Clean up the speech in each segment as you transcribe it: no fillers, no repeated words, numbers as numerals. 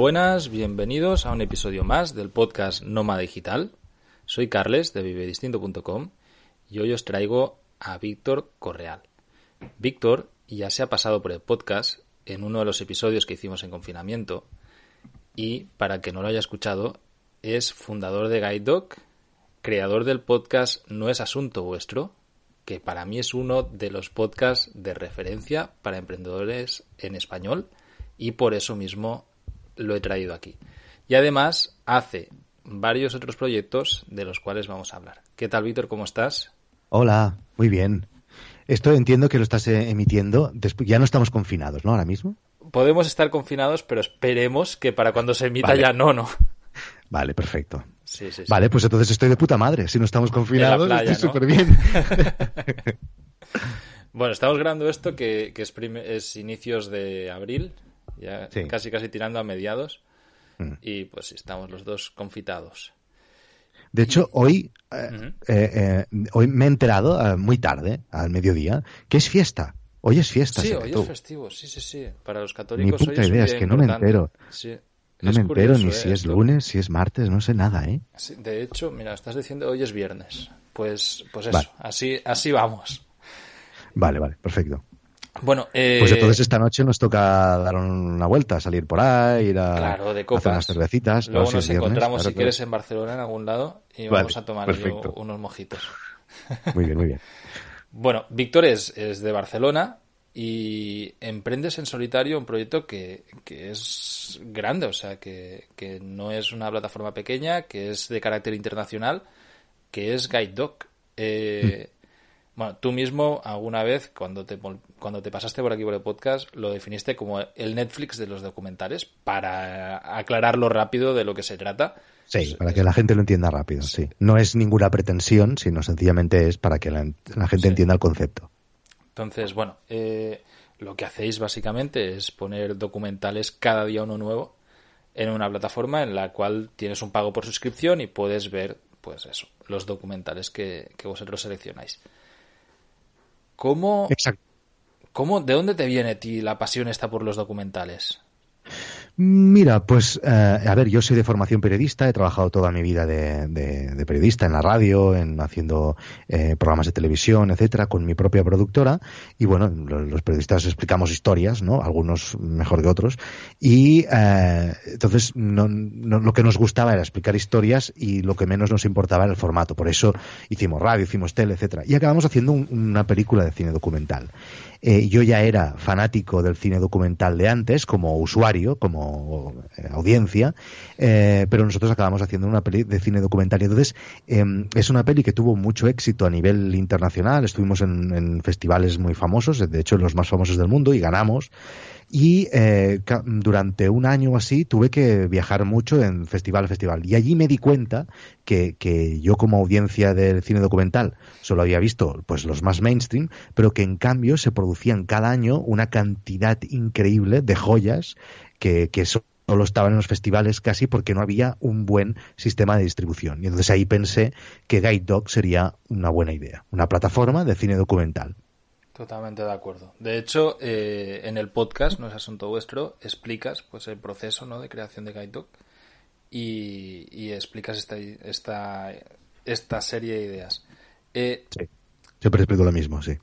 Buenas, bienvenidos a un episodio más del podcast Nómada Digital. Soy Carles de vivedistinto.com y hoy os traigo a Víctor Correal. Víctor ya se ha pasado por el podcast en uno de los episodios que hicimos en confinamiento y, para que no lo haya escuchado, es fundador de Guide Dog, creador del podcast No es Asunto Vuestro, que para mí es uno de los podcasts de referencia para emprendedores en español y por eso mismo lo he traído aquí. Y además hace varios otros proyectos de los cuales vamos a hablar. ¿Qué tal, Víctor? ¿Cómo estás? Hola, muy bien. Esto entiendo que lo estás emitiendo. Ya no estamos confinados, ¿no? Ahora mismo. Podemos estar confinados, pero esperemos que para cuando se emita ya no. Vale, perfecto. Sí. Vale, pues entonces estoy de puta madre. Si no estamos confinados, playa, estoy ¿no? súper bien. Bueno, estamos grabando esto que es inicios de abril, ya Sí. casi tirando a mediados, y pues estamos los dos confitados. De hecho, hoy me he enterado muy tarde, al mediodía, que es fiesta. Hoy es fiesta. Sí, ¿sabes hoy tú? es festivo, sí. Para los Ni católicos puta hoy es un idea, día es que no me importante. entero. Sí. No Es me entero curioso, ni si es esto. lunes, si es martes, no sé nada, ¿eh? Sí, de hecho, mira, estás diciendo hoy es viernes. Pues eso, Vale. así vamos. Vale, perfecto. Bueno, Pues entonces esta noche nos toca dar una vuelta, salir por ahí, ir a claro, de copas. hacer unas cervecitas. Luego Si nos es viernes, encontramos, claro, si quieres, en Barcelona, en algún lado, y Vale, vamos a tomar perfecto. unos mojitos. Muy bien. Bueno, Víctor es de Barcelona y emprendes en solitario un proyecto que es grande, o sea, que no es una plataforma pequeña, que es de carácter internacional, que es Guide Dog. Bueno, tú mismo alguna vez, cuando te pasaste por aquí por el podcast, lo definiste como el Netflix de los documentales, para aclararlo rápido de lo que se trata. Sí, para que la gente lo entienda rápido, sí. No es ninguna pretensión, sino sencillamente es para que la gente entienda el concepto. Entonces, bueno, lo que hacéis básicamente es poner documentales cada día uno nuevo en una plataforma en la cual tienes un pago por suscripción y puedes ver, pues eso, los documentales que vosotros seleccionáis. Exacto. ¿De dónde te viene a ti la pasión esta por los documentales? Mira, pues, a ver, yo soy de formación periodista, he trabajado toda mi vida de periodista en la radio, haciendo programas de televisión, etcétera, con mi propia productora, y bueno, los periodistas explicamos historias, ¿no? Algunos mejor que otros, y entonces lo que nos gustaba era explicar historias y lo que menos nos importaba era el formato, por eso hicimos radio, hicimos tele, etcétera, y acabamos haciendo una película de cine documental. Yo ya era fanático del cine documental de antes, como usuario, como audiencia, pero nosotros acabamos haciendo una peli de cine documental. Y entonces es una peli que tuvo mucho éxito a nivel internacional. Estuvimos en festivales muy famosos, de hecho los más famosos del mundo, y ganamos. Y durante un año o así tuve que viajar mucho en festival a festival. Y allí me di cuenta que yo, como audiencia del cine documental, solo había visto pues los más mainstream, pero que en cambio se producían cada año una cantidad increíble de joyas que solo estaban en los festivales casi porque no había un buen sistema de distribución. Y entonces ahí pensé que Guide Dog sería una buena idea, una plataforma de cine documental. Totalmente de acuerdo. De hecho, en el podcast, No es Asunto Vuestro, explicas pues el proceso, ¿no?, de creación de Guide Dog y explicas esta serie de ideas. Sí, siempre explico lo mismo, sí.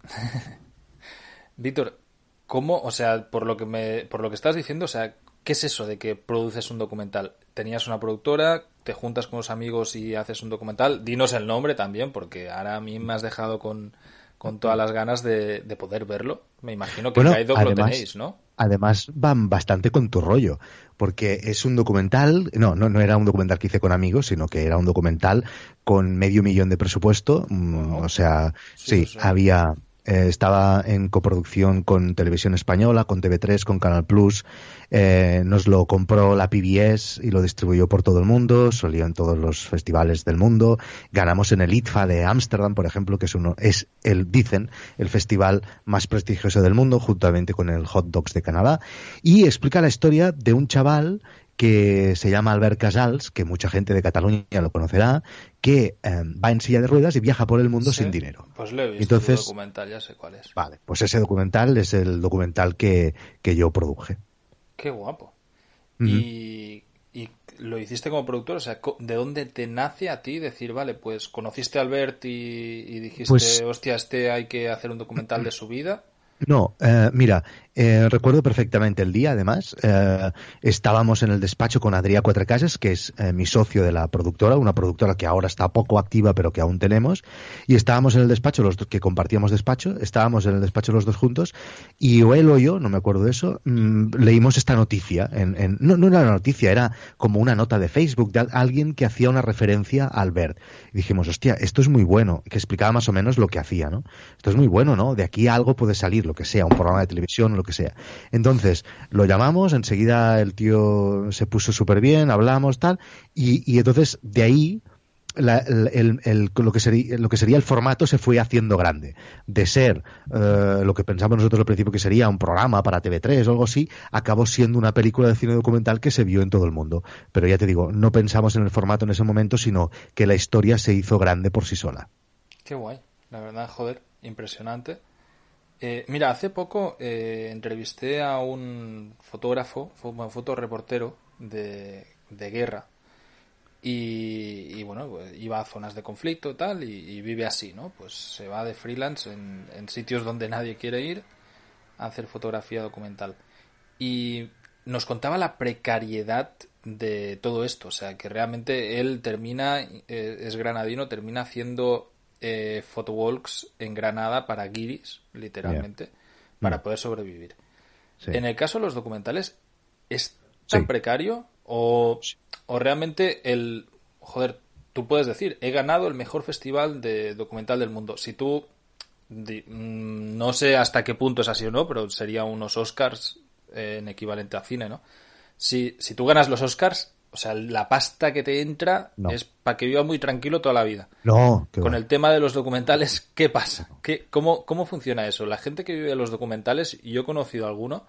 Víctor, ¿cómo, o sea, por lo que estás diciendo, o sea, qué es eso de que produces un documental? ¿Tenías una productora? ¿Te juntas con los amigos y haces un documental? Dinos el nombre también, porque ahora a mí me has dejado con todas las ganas de poder verlo. Me imagino que Guide Dog lo tenéis, ¿no? Además van bastante con tu rollo, porque es un documental, no era un documental que hice con amigos, sino que era un documental con $500,000 de presupuesto, Wow. o sea, sí, Sí. estaba en coproducción con Televisión Española, con TV3, con Canal Plus, nos lo compró la PBS y lo distribuyó por todo el mundo, salió en todos los festivales del mundo, ganamos en el ITFA de Ámsterdam, por ejemplo, que dicen el festival más prestigioso del mundo, juntamente con el Hot Dogs de Canadá, y explica la historia de un chaval que se llama Albert Casals, que mucha gente de Cataluña lo conocerá, que va en silla de ruedas y viaja por el mundo sin dinero. Pues lo he visto. Entonces, el documental, ya sé cuál es. Vale, pues ese documental es el documental que yo produje. Qué guapo. Ujú. y lo hiciste como productor, o sea, ¿de dónde te nace a ti decir, vale, pues conociste a Albert y dijiste, Pues hostia, hay que hacer un documental de su vida? no, mira, recuerdo perfectamente el día, además. Estábamos en el despacho con Adrià Cuatrecasas, que es mi socio de la productora, una productora que ahora está poco activa, pero que aún tenemos. Y estábamos en el despacho, los dos, que compartíamos despacho, estábamos en el despacho los dos juntos, y o él o yo, no me acuerdo de eso, leímos esta noticia. No era una noticia, era como una nota de Facebook de alguien que hacía una referencia a Albert. Y dijimos, hostia, esto es muy bueno, que explicaba más o menos lo que hacía, ¿no? Esto es muy bueno, ¿no? De aquí algo puede salir, lo que sea, un programa de televisión, lo que sea. Entonces, lo llamamos, enseguida el tío se puso súper bien, hablamos, tal, y entonces de ahí lo que sería el formato se fue haciendo grande. De ser lo que pensamos nosotros al principio que sería un programa para TV3 o algo así, acabó siendo una película de cine documental que se vio en todo el mundo. Pero ya te digo, no pensamos en el formato en ese momento, sino que la historia se hizo grande por sí sola. Qué guay, la verdad, joder, impresionante. Mira, hace poco entrevisté a un fotógrafo, un fotoreportero de guerra y bueno, pues, iba a zonas de conflicto tal y vive así, ¿no? Pues se va de freelance en sitios donde nadie quiere ir a hacer fotografía documental. Y nos contaba la precariedad de todo esto, o sea, que realmente él termina, es granadino, termina haciendo photowalks en Granada para guiris, Yeah. literalmente, para poder sobrevivir. Sí. En el caso de los documentales, ¿es tan Sí. precario o realmente joder, tú puedes decir, he ganado el mejor festival de documental del mundo? Si tú, no sé hasta qué punto es así o no, pero sería unos Oscars en equivalente a cine, ¿no? Si tú ganas los Oscars, o sea, la pasta que te entra No. es para que viva muy tranquilo toda la vida. No, que Con va. el tema de los documentales, ¿qué pasa? ¿Cómo funciona eso? La gente que vive de los documentales, y yo he conocido a alguno,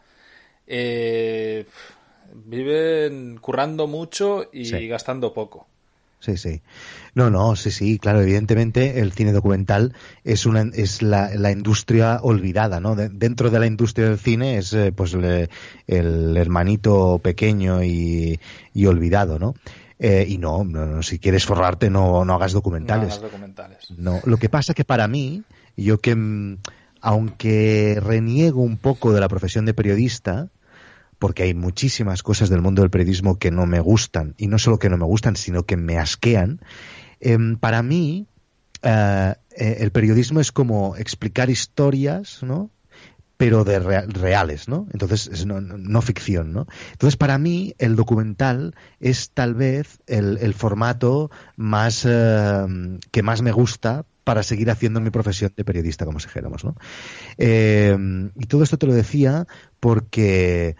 eh, viven currando mucho Sí. y gastando poco. Sí, sí. No, sí, sí, claro, evidentemente el cine documental es la industria olvidada, ¿no? Dentro de la industria del cine es pues el hermanito pequeño y olvidado, ¿no? Y no, si quieres forrarte no hagas No documentales. hagas documentales. No, lo que pasa que para mí, yo que aunque reniego un poco de la profesión de periodista, porque hay muchísimas cosas del mundo del periodismo que no me gustan, y no solo que no me gustan, sino que me asquean. Para mí, el periodismo es como explicar historias, ¿no? Pero de reales, ¿no? Entonces, no ficción, ¿no? Entonces, para mí, el documental es tal vez el formato más que más me gusta para seguir haciendo mi profesión de periodista, como si dijéramos, ¿no? Y todo esto te lo decía porque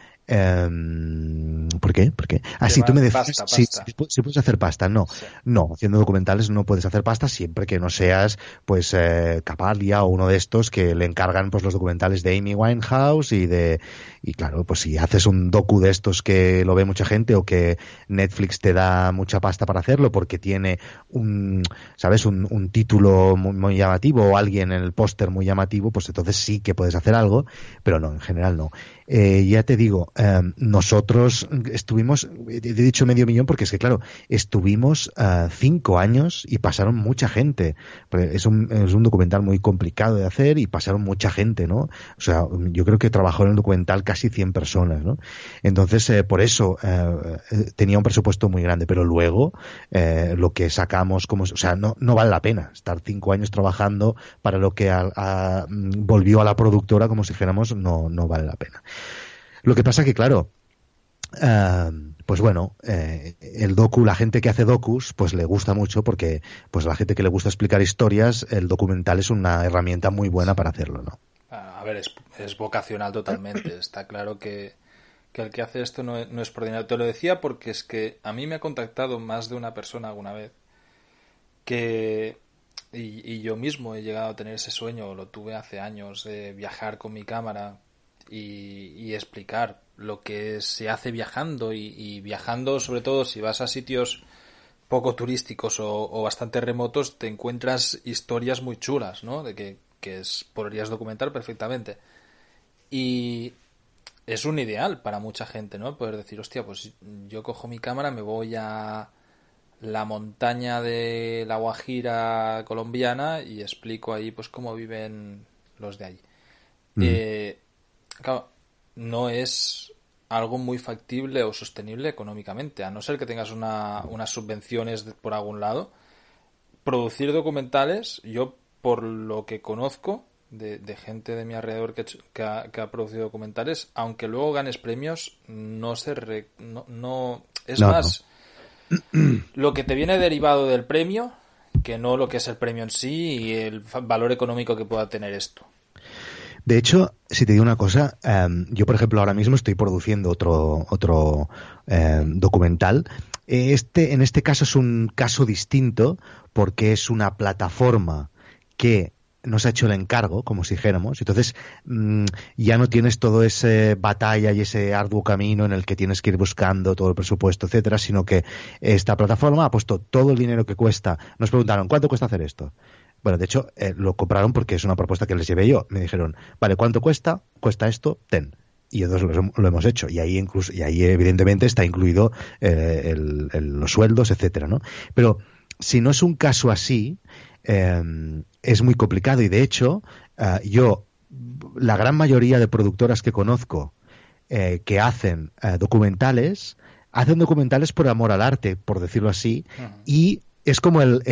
¿por qué? ¿Por qué? Ah, sí, tú me decías Pasta. si puedes hacer pasta. No, Sí. no, haciendo documentales no puedes hacer pasta siempre que no seas, pues, Capalia o uno de estos que le encargan, pues, los documentales de Amy Winehouse y claro, pues si haces un docu de estos que lo ve mucha gente o que Netflix te da mucha pasta para hacerlo porque tiene ¿sabes? Un título muy llamativo o alguien en el póster muy llamativo, pues entonces sí que puedes hacer algo, pero no, en general no. Ya te digo, nosotros estuvimos, he dicho 500.000 porque es que claro, estuvimos 5 años y pasaron mucha gente. Es un documental muy complicado de hacer y pasaron mucha gente, ¿no? O sea, yo creo que trabajó en el documental casi 100 personas, ¿no? Entonces, por eso tenía un presupuesto muy grande, pero luego lo que sacamos, o sea, no vale la pena estar 5 años trabajando para lo que volvió a la productora, como si dijéramos, no vale la pena. Lo que pasa que, claro, pues bueno, el docu, la gente que hace docus, pues le gusta mucho porque, pues a la gente que le gusta explicar historias, el documental es una herramienta muy buena para hacerlo, ¿no? A ver, es vocacional totalmente. Está claro que el que hace esto no es por dinero. Te lo decía porque es que a mí me ha contactado más de una persona alguna vez que y yo mismo he llegado a tener ese sueño, lo tuve hace años, de viajar con mi cámara y explicar lo que se hace viajando y viajando, sobre todo si vas a sitios poco turísticos o bastante remotos, te encuentras historias muy chulas, ¿no? De que podrías documentar perfectamente. Y es un ideal para mucha gente, ¿no? Poder decir, hostia, pues yo cojo mi cámara, me voy a la montaña de La Guajira colombiana y explico ahí pues cómo viven los de allí. Claro, no es algo muy factible o sostenible económicamente, a no ser que tengas unas subvenciones por algún lado. Producir documentales, yo por lo que conozco de gente de mi alrededor que ha producido documentales, aunque luego ganes premios, no es más lo que te viene derivado del premio que no lo que es el premio en sí y el valor económico que pueda tener esto. De hecho, si te digo una cosa, yo por ejemplo ahora mismo estoy produciendo otro documental. En este caso es un caso distinto porque es una plataforma que nos ha hecho el encargo, como si dijéramos. Entonces ya no tienes todo ese batalla y ese arduo camino en el que tienes que ir buscando todo el presupuesto, etcétera, sino que esta plataforma ha puesto todo el dinero que cuesta. Nos preguntaron, ¿cuánto cuesta hacer esto? Bueno, de hecho, lo compraron porque es una propuesta que les llevé yo. Me dijeron, vale, ¿cuánto cuesta? Cuesta esto, ten. Y entonces lo hemos hecho. Y ahí evidentemente está incluido los sueldos, etcétera, ¿no? Pero si no es un caso así, es muy complicado. Y de hecho, la gran mayoría de productoras que conozco que hacen documentales por amor al arte, por decirlo así, y es como el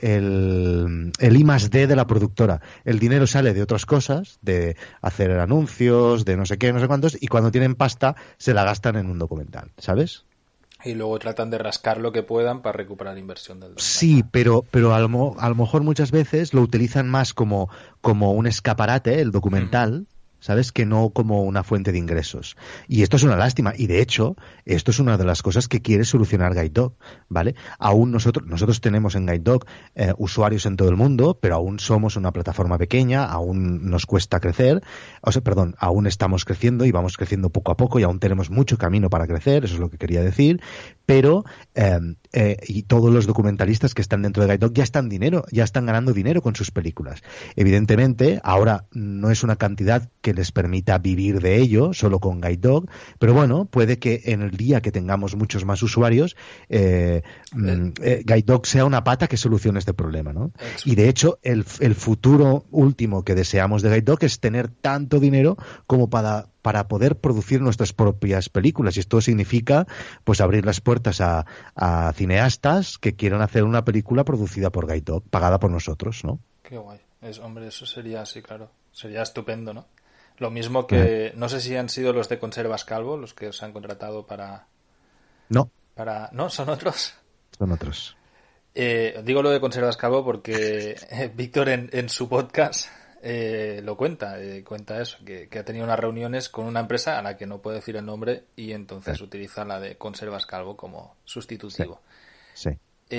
I+D de la productora. El dinero sale de otras cosas, de hacer anuncios, de no sé qué, no sé cuántos, y cuando tienen pasta se la gastan en un documental, ¿sabes? Y luego tratan de rascar lo que puedan para recuperar la inversión del documental. Sí, pero a lo mejor muchas veces lo utilizan más como un escaparate, el documental, ¿sabes? Que no como una fuente de ingresos. Y esto es una lástima. Y de hecho, esto es una de las cosas que quiere solucionar Guide Dog, ¿vale? Aún nosotros tenemos en Guide Dog usuarios en todo el mundo, pero aún somos una plataforma pequeña, aún nos cuesta crecer. Aún estamos creciendo y vamos creciendo poco a poco y aún tenemos mucho camino para crecer, eso es lo que quería decir. Pero y todos los documentalistas que están dentro de Guide Dog ya están ganando dinero con sus películas. Evidentemente, ahora no es una cantidad que les permita vivir de ello, solo con Guide Dog, pero bueno, puede que en el día que tengamos muchos más usuarios, Guide Dog sea una pata que solucione este problema, ¿no? Y de hecho, el futuro último que deseamos de Guide Dog es tener tanto dinero como para poder producir nuestras propias películas, y esto significa pues abrir las puertas a cineastas que quieran hacer una película producida por Guide Dog, pagada por nosotros, ¿no? Qué guay. Hombre, eso sería así, claro. Sería estupendo, ¿no? Lo mismo que, no sé si han sido los de Conservas Calvo, los que os han contratado para... No. ¿No? ¿Son otros? Son otros. Digo lo de Conservas Calvo porque Víctor en su podcast lo cuenta eso, que ha tenido unas reuniones con una empresa a la que no puedo decir el nombre y entonces utiliza la de Conservas Calvo como sustitutivo. Sí.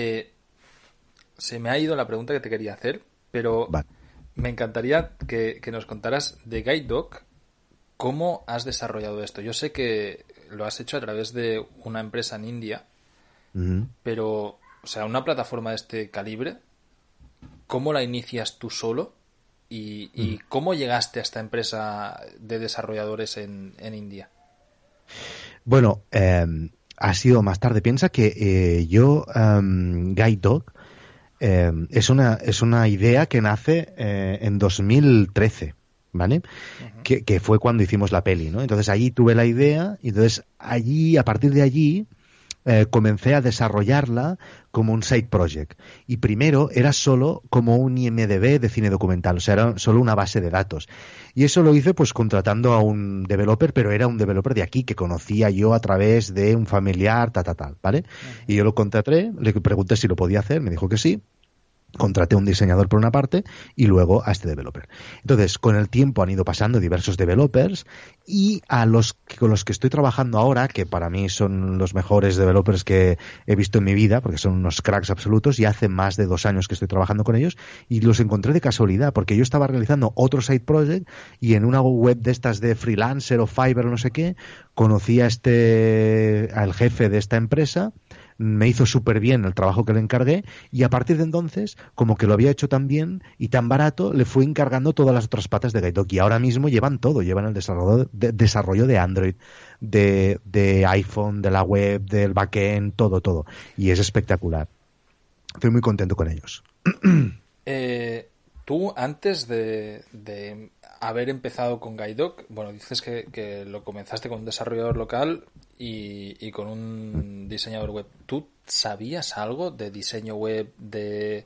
Se me ha ido la pregunta que te quería hacer, pero me encantaría que nos contaras de Guide Dog cómo has desarrollado esto. Yo sé que lo has hecho a través de una empresa en India, pero, o sea, una plataforma de este calibre, ¿cómo la inicias tú solo? ¿Y cómo llegaste a esta empresa de desarrolladores en India? Bueno, ha sido más tarde. Piensa que Guide Dog, es una idea que nace en 2013, ¿vale? Que fue cuando hicimos la peli, ¿no? Entonces allí tuve la idea y entonces a partir de allí comencé a desarrollarla como un side project. Y primero era solo como un IMDb de cine documental, o sea, era solo una base de datos. Y eso lo hice pues contratando a un developer, pero era un developer de aquí que conocía yo a través de un familiar, tal, ¿vale? Y yo lo contraté, le pregunté si lo podía hacer, me dijo que sí. Contraté a un diseñador por una parte y luego a este developer. Entonces, con el tiempo han ido pasando diversos developers y con los que estoy trabajando ahora, que para mí son los mejores developers que he visto en mi vida, porque son unos cracks absolutos, y hace más de 2 años que estoy trabajando con ellos, y los encontré de casualidad, porque yo estaba realizando otro side project y en una web de estas de Freelancer o Fiverr o no sé qué, conocí al jefe de esta empresa, me hizo súper bien el trabajo que le encargué y a partir de entonces, como que lo había hecho tan bien y tan barato, le fui encargando todas las otras patas de Guidedoc y ahora mismo llevan todo, llevan el desarrollo de Android, de iPhone, de la web, del backend, todo. Y es espectacular. Estoy muy contento con ellos. Tú, antes de haber empezado con Guidedoc, bueno, dices que lo comenzaste con un desarrollador local y con un diseñador web. ¿Tú sabías algo de diseño web, de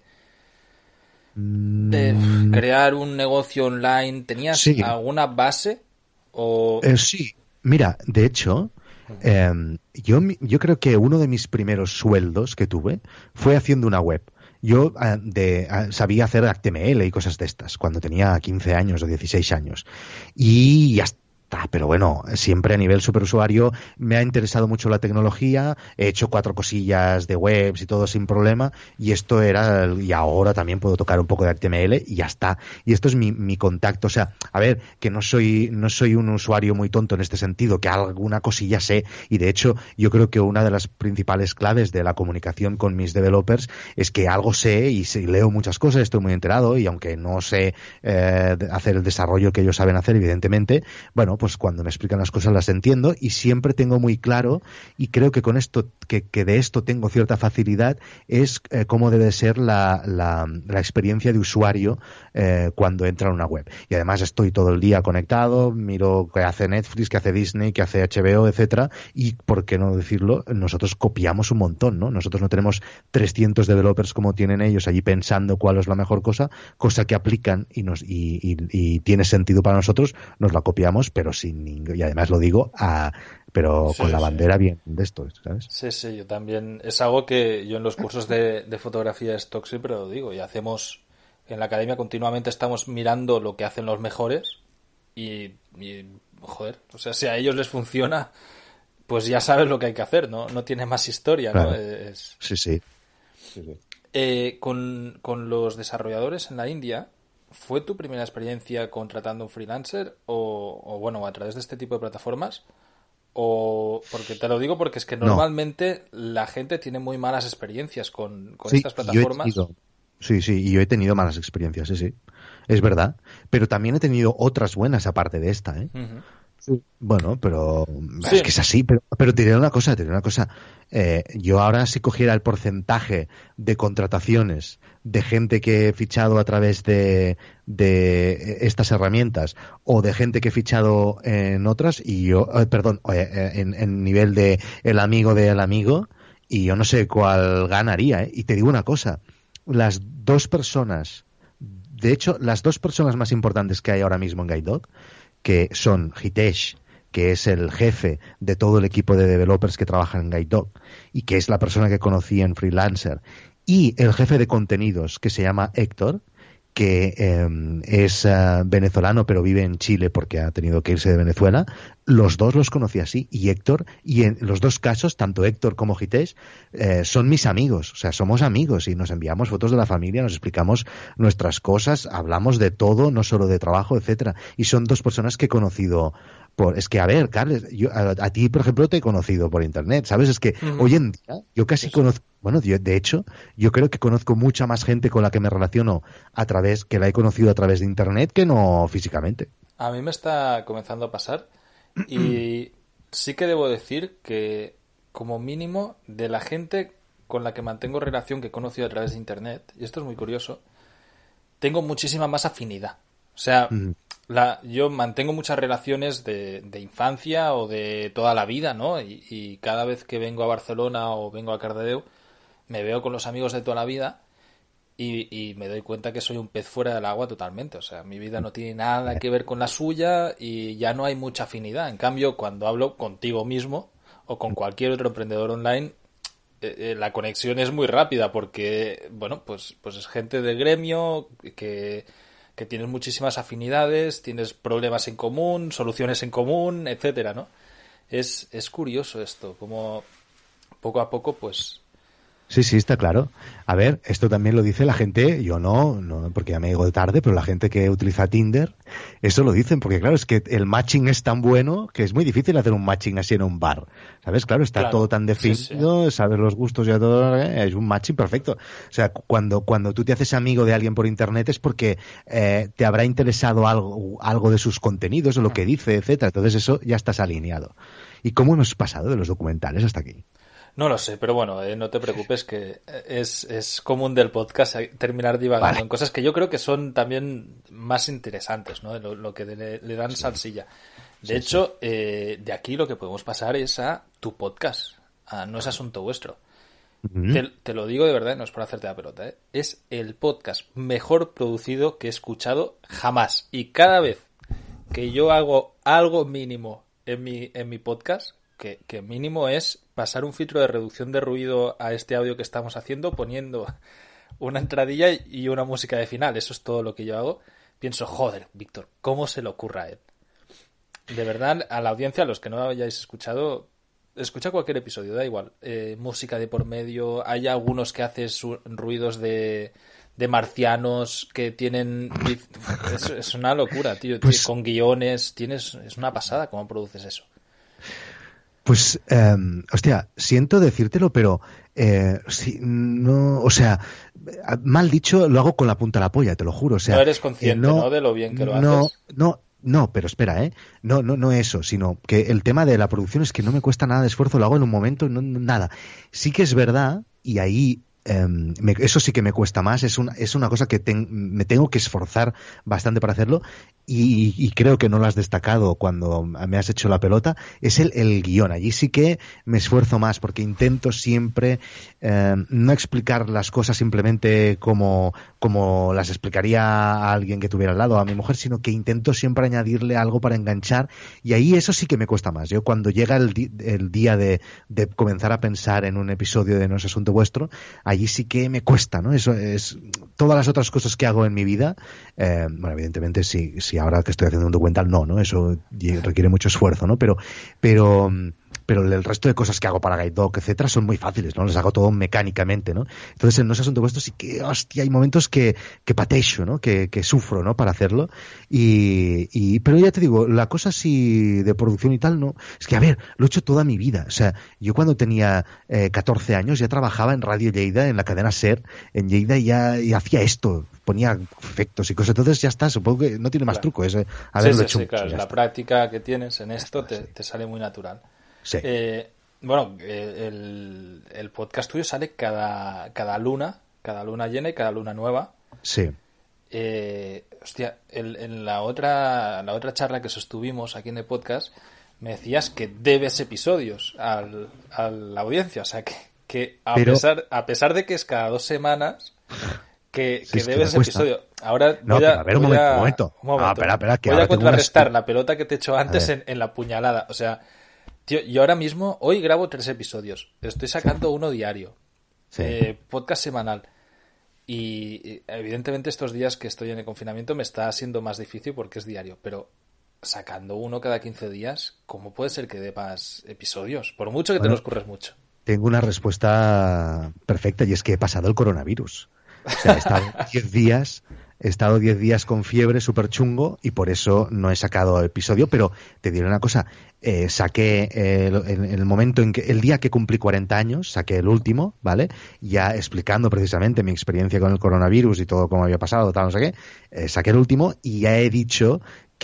crear un negocio online? ¿Tenías Sí. alguna base? O... Sí, mira, de hecho, yo creo que uno de mis primeros sueldos que tuve fue haciendo una web. Yo sabía hacer HTML y cosas de estas cuando tenía 15 años o 16 años. Y ya está. Pero bueno, siempre a nivel superusuario me ha interesado mucho la tecnología, he hecho 4 cosillas de webs y todo sin problema, y y ahora también puedo tocar un poco de HTML y ya está. Y esto es mi contacto, o sea, a ver, que no soy un usuario muy tonto en este sentido, que alguna cosilla sé, y de hecho yo creo que una de las principales claves de la comunicación con mis developers es que algo sé y leo muchas cosas, estoy muy enterado, y aunque no sé hacer el desarrollo que ellos saben hacer, evidentemente, bueno, pues cuando me explican las cosas las entiendo y siempre tengo muy claro, y creo que con esto, que de esto tengo cierta facilidad, es cómo debe ser la experiencia de usuario cuando entra en una web. Y además estoy todo el día conectado, miro qué hace Netflix, qué hace Disney, qué hace HBO, etcétera, y por qué no decirlo, nosotros copiamos un montón, ¿no? Nosotros no tenemos 300 developers como tienen ellos allí pensando cuál es la mejor cosa que aplican y tiene sentido para nosotros, nos la copiamos, pero sin ningún, y además lo digo pero Sí, con la sí. bandera bien de esto, ¿sabes? Sí, yo también. Es algo que yo en los cursos de fotografía de stock siempre lo digo. Y hacemos, en la academia continuamente estamos mirando lo que hacen los mejores joder, o sea, si a ellos les funciona, pues ya sabes lo que hay que hacer, ¿no? No tiene más historia, ¿no? Claro. Sí. Con los desarrolladores en la India, ¿fue tu primera experiencia contratando un freelancer o bueno, a través de este tipo de plataformas? O porque te lo digo porque es que No. normalmente la gente tiene muy malas experiencias con Sí, estas y yo he plataformas. tenido, sí, y yo he tenido malas experiencias, sí. Es verdad. Pero también he tenido otras buenas aparte de esta, ¿eh? Ujú. Sí. Bueno, pero es que Sí, es así, pero te diré una cosa, yo ahora si cogiera el porcentaje de contrataciones de gente que he fichado a través de estas herramientas o de gente que he fichado en otras y yo, en nivel de el amigo del amigo, y yo no sé cuál ganaría, ¿eh? Y te digo una cosa, las dos personas, de hecho, las dos personas más importantes que hay ahora mismo en Guidedoc, que son Hitesh, que es el jefe de todo el equipo de developers que trabajan en Guidedoc y que es la persona que conocí en Freelancer, y el jefe de contenidos que se llama Héctor, que es venezolano pero vive en Chile porque ha tenido que irse de Venezuela. Los dos los conocí así, y Héctor, y en los dos casos, tanto Héctor como Hitesh, son mis amigos, o sea, somos amigos y nos enviamos fotos de la familia, nos explicamos nuestras cosas, hablamos de todo, no solo de trabajo, etcétera. Y son dos personas que he conocido es que, a ver, Carles, yo a ti, por ejemplo, te he conocido por internet, ¿sabes? Es que ujú, hoy en día yo casi sí, sí. conozco, bueno, de hecho, yo creo que conozco mucha más gente con la que me relaciono que la he conocido a través de internet que no físicamente. A mí me está comenzando a pasar y sí que debo decir que como mínimo de la gente con la que mantengo relación que he conocido a través de internet, y esto es muy curioso, tengo muchísima más afinidad. O sea, Mm, yo mantengo muchas relaciones de infancia o de toda la vida, ¿no? Y cada vez que vengo a Barcelona o vengo a Cardedeu, me veo con los amigos de toda la vida y me doy cuenta que soy un pez fuera del agua totalmente. O sea, mi vida no tiene nada que ver con la suya y ya no hay mucha afinidad. En cambio, cuando hablo contigo mismo o con cualquier otro emprendedor online, la conexión es muy rápida porque, bueno, pues es gente del gremio que tienes muchísimas afinidades, tienes problemas en común, soluciones en común, etcétera, ¿no? Es curioso esto, como poco a poco, pues Sí, sí, está claro. A ver, esto también lo dice la gente, yo no, porque ya me llego de tarde, pero la gente que utiliza Tinder, eso lo dicen, porque claro, es que el matching es tan bueno que es muy difícil hacer un matching así en un bar, ¿sabes? Claro, está todo Claro, tan sí, sí. definido, sabes los gustos y todo, es un matching perfecto. O sea, cuando tú te haces amigo de alguien por internet es porque te habrá interesado algo de sus contenidos, o lo que dice, etcétera. Entonces eso ya estás alineado. ¿Y cómo hemos pasado de los documentales hasta aquí? No lo sé, pero bueno, no te preocupes que es común del podcast terminar divagando Vale. en cosas que yo creo que son también más interesantes, ¿no? Lo que le dan Sí, salsilla. De sí, sí. hecho, de aquí lo que podemos pasar es a tu podcast, a No es asunto vuestro. Ujú. Te lo digo de verdad, no es por hacerte la pelota, ¿eh? Es el podcast mejor producido que he escuchado jamás. Y cada vez que yo hago algo mínimo en mi podcast, que mínimo es pasar un filtro de reducción de ruido a este audio que estamos haciendo, poniendo una entradilla y una música de final. Eso es todo lo que yo hago. Pienso, joder, Víctor, ¿cómo se le ocurra a él? De verdad, a la audiencia, a los que no hayáis escuchado, escucha cualquier episodio, da igual. Música de por medio, hay algunos que hacen ruidos de marcianos que tienen... Es una locura, tío. Pues Con guiones, es una pasada cómo produces eso. Pues, hostia, siento decírtelo, pero sí, no, o sea, mal dicho, lo hago con la punta de la polla, te lo juro. O No sea, eres consciente, ¿no? no, De lo bien que lo haces. no, pero espera, no eso, sino que el tema de la producción es que no me cuesta nada de esfuerzo, lo hago en un momento, nada. Sí que es verdad, y ahí eso sí que me cuesta más, es una cosa que me tengo que esforzar bastante para hacerlo, y creo que no lo has destacado cuando me has hecho la pelota, es el guión. Allí sí que me esfuerzo más porque intento siempre no explicar las cosas simplemente como las explicaría a alguien que tuviera al lado, a mi mujer, sino que intento siempre añadirle algo para enganchar, y ahí eso sí que me cuesta más. Yo cuando llega el día de comenzar a pensar en un episodio de No es asunto vuestro, allí sí que me cuesta, ¿no? Eso es todas las otras cosas que hago en mi vida. Bueno, evidentemente si ahora que estoy haciendo un documental, no, eso requiere mucho esfuerzo, ¿no? Pero el resto de cosas que hago para Guide Dog, etcétera, son muy fáciles, ¿no? Les hago todo mecánicamente, ¿no? Entonces, en No es asunto vuestro sí que, hostia, hay momentos que pateixo, ¿no? Que sufro, ¿no? Para hacerlo. Pero ya te digo, la cosa así de producción y tal, no. Es que, a ver, lo he hecho toda mi vida. O sea, yo cuando tenía 14 años ya trabajaba en Radio Lleida, en la cadena SER, en Lleida, y hacía esto. Ponía efectos y cosas. Entonces ya está, supongo que no tiene más Claro. truco. Es Sí, haberlo hecho sí, mucho, claro. ya La está. práctica que tienes en Ya esto está, sí. te sale muy natural. Sí. Bueno, el podcast tuyo sale cada luna llena y cada luna nueva. Sí. Hostia, en la otra charla que sostuvimos aquí en el podcast, me decías que debes episodios a la audiencia. O sea, que Pero, a pesar de que es cada 2 semanas, que sí, es que me debes cuesta. episodio. Ahora No, pero a ver, un momento. un momento. Espera, que Voy ahora a tengo una... contrarrestar la pelota que te he hecho A antes ver, en la puñalada. O sea, tío, yo ahora mismo, hoy grabo 3 episodios. Estoy sacando uno diario. sí. Podcast semanal. Y evidentemente estos días que estoy en el confinamiento me está siendo más difícil porque es diario. Pero sacando uno cada 15 días, ¿cómo puede ser que dé más episodios? Por mucho que te Bueno, los curres mucho. tengo una respuesta perfecta, y es que he pasado el coronavirus. O sea, he estado 10 días con fiebre súper chungo, y por eso no he sacado episodio, pero te diré una cosa, saqué en el momento el día que cumplí 40 años, saqué el último, ¿vale? Ya explicando precisamente mi experiencia con el coronavirus y todo cómo había pasado, tal, no sé qué, saqué el último y ya he dicho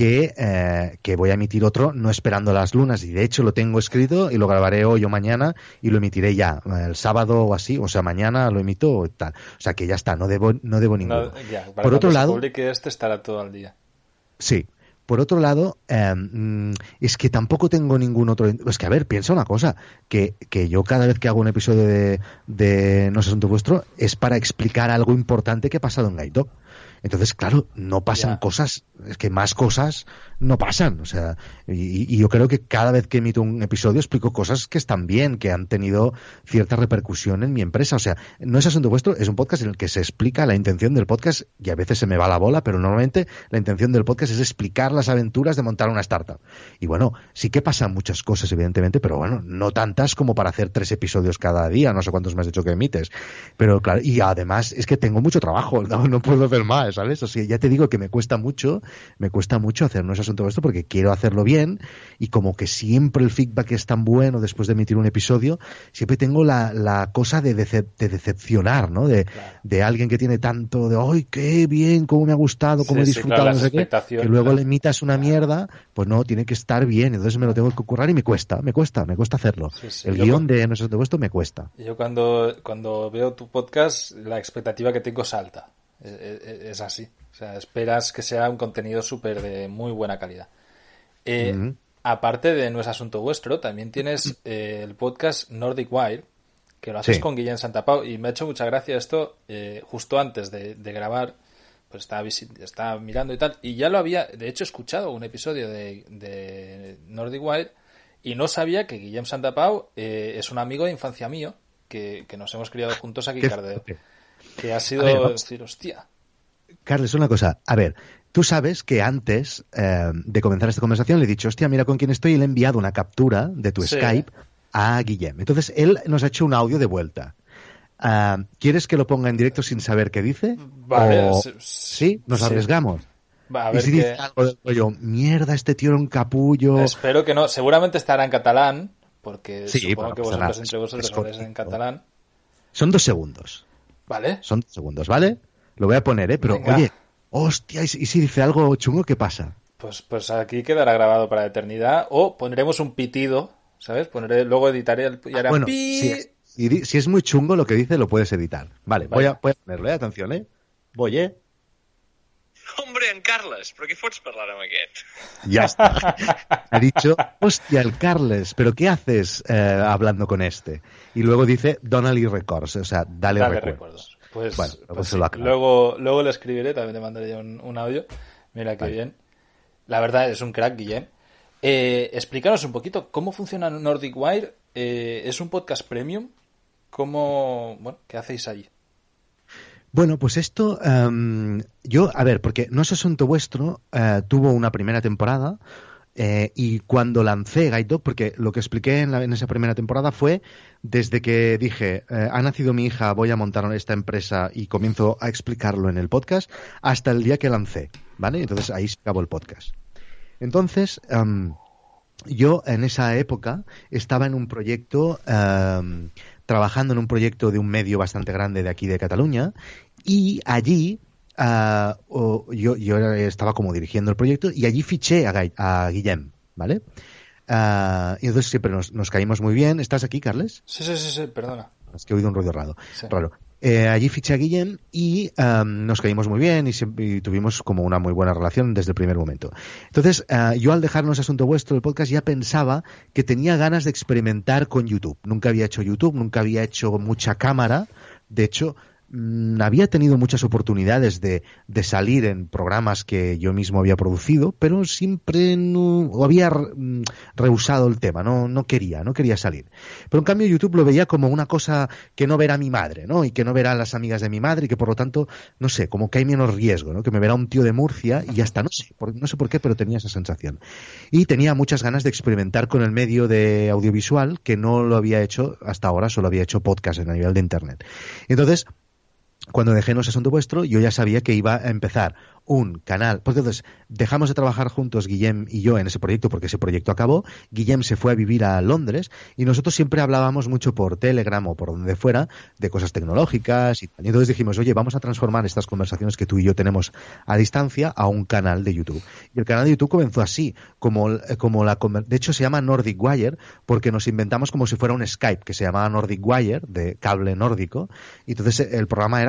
que voy a emitir otro no esperando las lunas, y de hecho lo tengo escrito y lo grabaré hoy o mañana y lo emitiré ya el sábado o así, o sea, mañana lo emito o tal. O sea que ya está, no debo ninguno. No, ya, para Por cuando otro se lado, publique este estará todo al día. sí. Por otro lado, es que tampoco tengo ningún otro... Es que, a ver, piensa una cosa, que yo cada vez que hago un episodio de No es asunto vuestro es para explicar algo importante que ha pasado en Guide Dog. Entonces, claro, no pasan cosas, es que más cosas no pasan. O sea, y yo creo que cada vez que emito un episodio explico cosas que están bien, que han tenido cierta repercusión en mi empresa. O sea, no es asunto vuestro, es un podcast en el que se explica la intención del podcast, y a veces se me va la bola, pero normalmente la intención del podcast es explicar las aventuras de montar una startup. Y bueno, sí que pasan muchas cosas, evidentemente, pero bueno, no tantas como para hacer 3 episodios cada día, no sé cuántos me has dicho que emites. Pero claro, y además es que tengo mucho trabajo, no puedo hacer más, ¿sabes? O sea, ya te digo que me cuesta mucho hacer No es asunto vuestro porque quiero hacerlo bien, y como que siempre el feedback es tan bueno después de emitir un episodio, siempre tengo la cosa de decepcionar, ¿no? De alguien que tiene tanto de ¡ay, qué bien! ¿Cómo me ha gustado? ¿Cómo he disfrutado? Claro, no sé qué, que luego le emitas una claro. mierda, pues no, tiene que estar bien, entonces me lo tengo que currar y me cuesta hacerlo. Sí. El guión de No es asunto vuestro me cuesta. Yo cuando veo tu podcast, la expectativa que tengo es alta. Es así. O sea, esperas que sea un contenido súper de muy buena calidad. Aparte de No es asunto vuestro, también tienes el podcast Nordic Wire, que lo haces con Guillem Santapau, y me ha hecho mucha gracia esto. Justo antes de grabar, pues estaba mirando y tal, y ya lo había, de hecho, escuchado un episodio de Nordic Wire, y no sabía que Guillem Santapau es un amigo de infancia mío, que nos hemos criado juntos aquí en Cardedeu. Que ha sido decir, hostia. Carles, una cosa, a ver, tú sabes que antes de comenzar esta conversación le he dicho, hostia, mira con quién estoy, y le he enviado una captura de tu Skype a Guillem. Entonces él nos ha hecho un audio de vuelta. ¿Quieres que lo ponga en directo sin saber qué dice? Vale, ¿sí? ¿Nos arriesgamos? Va, a ver, y si dice algo del rollo, mierda, este tío era un capullo... Espero que no, seguramente estará en catalán, porque sí, supongo que vosotros entre vosotros habláis en catalán. Son 2 segundos. Vale. Son 2 segundos, ¿vale? Lo voy a poner, pero venga. Oye, hostia, ¿y si dice algo chungo, qué pasa? Pues aquí quedará grabado para la eternidad, o pondremos un pitido, ¿sabes? Luego editaré y hará bueno, pi... si es muy chungo lo que dice, lo puedes editar. Vale. Voy a ponerlo, atención, Voy, Hombre, en Carles, però què fots parlar amb aquest? Ya está. Ha dicho, hostia, el Carles, ¿pero qué haces hablando con este? Y luego dice, dónale records, o sea, dale recuerdos. Pues, bueno, pues sí. Luego le escribiré, también te mandaré un audio. Mira qué bien. La verdad, es un crack, Guillem. Explícanos un poquito, ¿cómo funciona Nordic Wire? ¿Es un podcast premium? ¿Qué hacéis allí? Bueno, pues esto, a ver, porque No es asunto vuestro, tuvo una primera temporada, y cuando lancé Guide Dog, porque lo que expliqué en esa primera temporada fue desde que dije, ha nacido mi hija, voy a montar esta empresa y comienzo a explicarlo en el podcast, hasta el día que lancé, ¿vale? Entonces ahí se acabó el podcast. Entonces, yo en esa época estaba en un proyecto... trabajando en un proyecto de un medio bastante grande de aquí de Cataluña, y allí yo estaba como dirigiendo el proyecto, y allí fiché a Guillem, ¿vale? Y entonces siempre nos caímos muy bien. ¿Estás aquí, Carles? Sí, perdona. Es que he oído un ruido raro. Allí fiché a Guillem y nos caímos muy bien y tuvimos como una muy buena relación desde el primer momento. Entonces, yo al dejarnos Asunto Vuestro, el podcast, ya pensaba que tenía ganas de experimentar con YouTube. Nunca había hecho YouTube, nunca había hecho mucha cámara. De hecho, había tenido muchas oportunidades de salir en programas que yo mismo había producido, pero siempre había rehusado el tema, no quería salir. Pero en cambio YouTube lo veía como una cosa que no verá mi madre, ¿no? Y que no verá las amigas de mi madre, y que por lo tanto, no sé, como que hay menos riesgo, ¿no? Que me verá un tío de Murcia y ya está, no sé por qué, pero tenía esa sensación. Y tenía muchas ganas de experimentar con el medio de audiovisual, que no lo había hecho hasta ahora, solo había hecho podcast a nivel de internet. Entonces, cuando dejé No es asunto vuestro, yo ya sabía que iba a empezar un canal. Pues entonces dejamos de trabajar juntos, Guillem y yo, en ese proyecto, porque ese proyecto acabó. Guillem se fue a vivir a Londres y nosotros siempre hablábamos mucho por Telegram o por donde fuera de cosas tecnológicas. Y entonces dijimos, oye, vamos a transformar estas conversaciones que tú y yo tenemos a distancia a un canal de YouTube. Y el canal de YouTube comenzó así, de hecho se llama Nordic Wire porque nos inventamos como si fuera un Skype que se llamaba Nordic Wire, de cable nórdico. Y entonces el programa era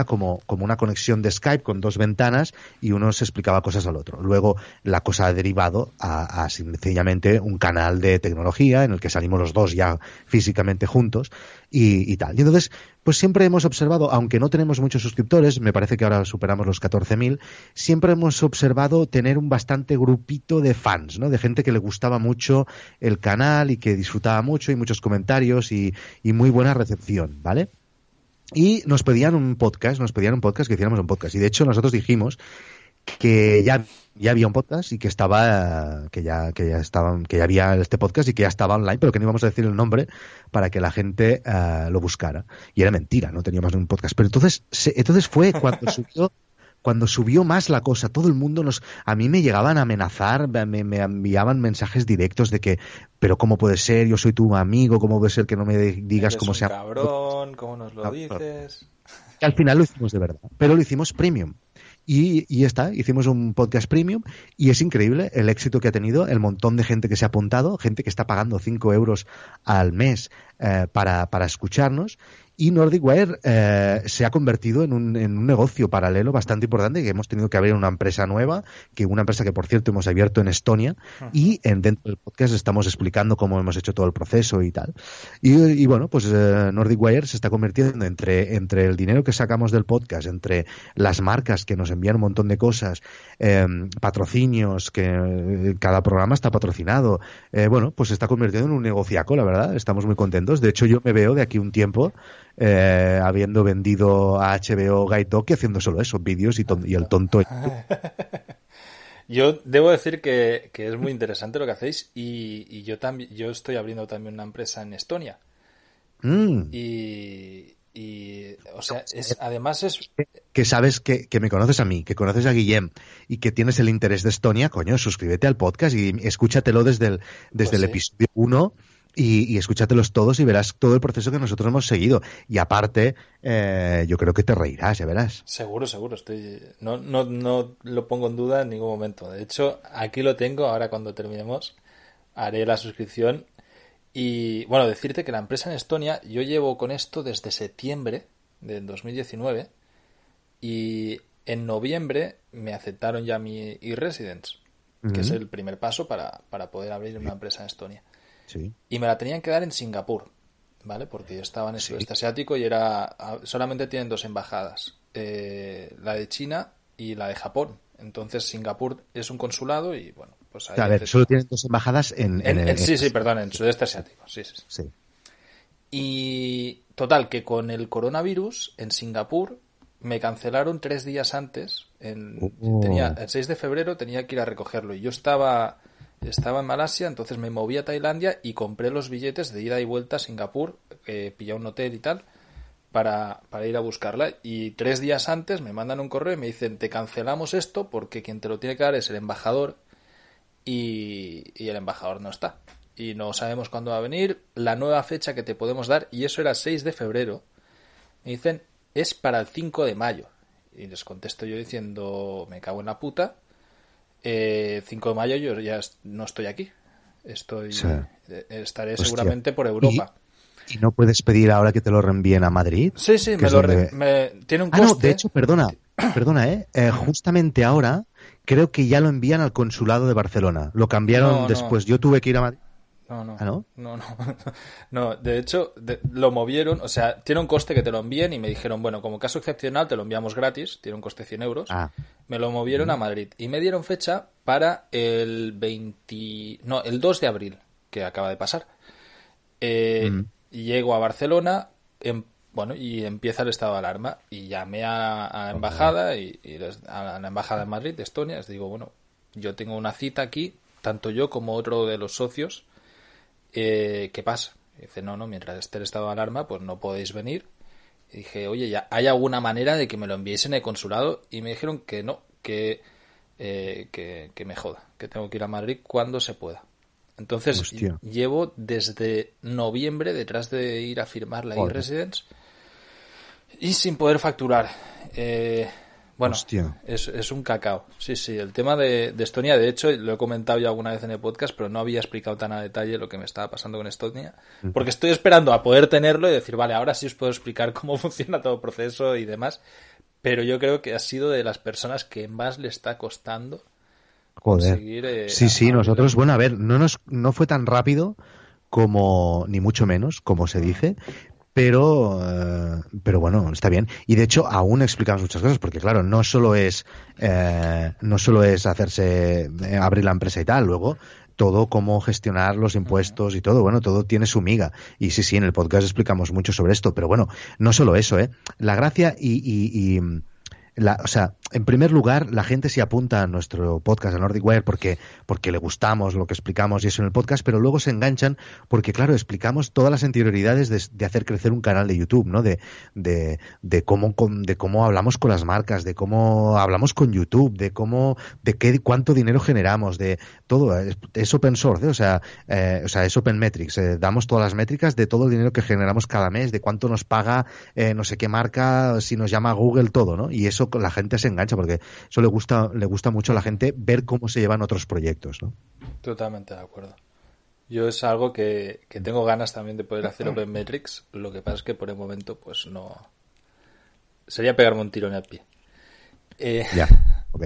era como una conexión de Skype con dos ventanas y uno se explicaba cosas al otro. Luego la cosa ha derivado a sencillamente un canal de tecnología en el que salimos los dos ya físicamente juntos y tal. Y entonces, pues siempre hemos observado, aunque no tenemos muchos suscriptores, me parece que ahora superamos los 14.000, siempre hemos observado tener un bastante grupito de fans, ¿no? De gente que le gustaba mucho el canal y que disfrutaba mucho y muchos comentarios y muy buena recepción, ¿vale? Y nos pedían un podcast, que hiciéramos un podcast. Y de hecho nosotros dijimos que ya había un podcast y que ya había este podcast y que ya estaba online, pero que no íbamos a decir el nombre para que la gente lo buscara. Y era mentira, no teníamos un podcast. Pero entonces fue cuando subió más la cosa. Todo el mundo a mí me llegaban a amenazar, me enviaban mensajes directos de que, pero ¿cómo puede ser? Yo soy tu amigo, ¿cómo puede ser que no me digas cómo se llama? Cabrón, ¿cómo nos lo dices? Y al final lo hicimos de verdad, pero lo hicimos premium. Y ya está, hicimos un podcast premium y es increíble el éxito que ha tenido, el montón de gente que se ha apuntado, gente que está pagando 5 euros al mes para escucharnos. Y Nordic Wire se ha convertido en un negocio paralelo bastante importante, que hemos tenido que abrir una empresa nueva, una empresa que por cierto hemos abierto en Estonia, y dentro del podcast estamos explicando cómo hemos hecho todo el proceso y tal. Y bueno, pues Nordic Wire se está convirtiendo entre el dinero que sacamos del podcast, entre las marcas que nos envían un montón de cosas, patrocinios, que cada programa está patrocinado, bueno, pues se está convirtiendo en un negociaco, la verdad, estamos muy contentos. De hecho, yo me veo de aquí un tiempo habiendo vendido a HBO Guide Dog y haciendo solo eso, vídeos y el tonto. Yo debo decir que es muy interesante lo que hacéis y yo estoy abriendo también una empresa en Estonia. Y o sea, además es... Que sabes que me conoces a mí, que conoces a Guillem y que tienes el interés de Estonia, coño, suscríbete al podcast y escúchatelo desde el episodio 1 y escúchatelos todos y verás todo el proceso que nosotros hemos seguido. Y aparte, yo creo que te reirás, ya verás. Seguro, no lo pongo en duda en ningún momento. De hecho, aquí lo tengo, ahora cuando terminemos haré la suscripción. Y bueno, decirte que la empresa en Estonia, yo llevo con esto desde septiembre del 2019 y en noviembre me aceptaron ya mi e-residence, que es el primer paso para poder abrir una empresa en Estonia. Sí. Y me la tenían que dar en Singapur, ¿vale? Porque yo estaba en el sudeste asiático y solamente tienen 2 embajadas, la de China y la de Japón. Entonces Singapur es un consulado y bueno, pues ahí... A ver, solo tienen 2 embajadas en sudeste asiático, sí. Y total, que con el coronavirus en Singapur me cancelaron 3 días antes. El 6 de febrero tenía que ir a recogerlo y yo estaba en Malasia, entonces me moví a Tailandia y compré los billetes de ida y vuelta a Singapur, pillé un hotel y tal, para ir a buscarla. Y 3 días antes me mandan un correo y me dicen, te cancelamos esto porque quien te lo tiene que dar es el embajador y el embajador no está. Y no sabemos cuándo va a venir, la nueva fecha que te podemos dar, y eso era 6 de febrero, me dicen, es para el 5 de mayo. Y les contesto yo diciendo, me cago en la puta, 5 de mayo yo ya no estoy aquí. Estaré seguramente por Europa. ¿Y no puedes pedir ahora que te lo reenvíen a Madrid? Sí, tiene un coste. No, de hecho, perdona, justamente ahora creo que ya lo envían al consulado de Barcelona. Lo cambiaron después. Yo tuve que ir a Madrid. No, de hecho lo movieron, o sea, tiene un coste que te lo envíen y me dijeron, bueno, como caso excepcional te lo enviamos gratis, tiene un coste de 100 euros. Me lo movieron a Madrid y me dieron fecha para el 2 de abril, que acaba de pasar. Llego a Barcelona, y empieza el estado de alarma y llamé a la embajada y a la embajada de Madrid, de Estonia, les digo, bueno, yo tengo una cita aquí, tanto yo como otro de los socios. ¿Qué pasa? Y dice, no, mientras esté el estado de alarma, pues no podéis venir. Y dije, oye, ¿ya hay alguna manera de que me lo enviéis en el consulado? Y me dijeron que no, que me joda, que tengo que ir a Madrid cuando se pueda. Entonces, llevo desde noviembre detrás de ir a firmar la e-residence y sin poder facturar. Bueno, es un cacao. Sí, el tema de Estonia, de hecho, lo he comentado ya alguna vez en el podcast, pero no había explicado tan a detalle lo que me estaba pasando con Estonia, porque estoy esperando a poder tenerlo y decir, vale, ahora sí os puedo explicar cómo funciona todo el proceso y demás, pero yo creo que has sido de las personas que más le está costando Joder. conseguir... Sí, nosotros, bueno, a ver, no fue tan rápido como, ni mucho menos, como se dice, pero bueno, está bien. Y de hecho, aún explicamos muchas cosas, porque claro, no solo es hacerse, abrir la empresa y tal, luego todo cómo gestionar los impuestos y todo, bueno, todo tiene su miga. Y sí, en el podcast explicamos mucho sobre esto, pero bueno, no solo eso, la gracia o sea, en primer lugar, la gente se apunta a nuestro podcast, a Nordic Wire, porque le gustamos lo que explicamos y eso en el podcast, pero luego se enganchan porque, claro, explicamos todas las interioridades de hacer crecer un canal de YouTube, ¿no? De cómo hablamos con las marcas, de cómo hablamos con YouTube, cuánto dinero generamos, de todo. Es open source, o sea, es open metrics. Damos todas las métricas de todo el dinero que generamos cada mes, de cuánto nos paga no sé qué marca, si nos llama Google, todo, ¿no? Y eso la gente se engancha porque eso le gusta mucho a la gente ver cómo se llevan otros proyectos, ¿no? Totalmente de acuerdo. Yo es algo que tengo ganas también de poder hacer Open Metrics, lo que pasa es que por el momento pues no... Sería pegarme un tiro en el pie. Ya, ok.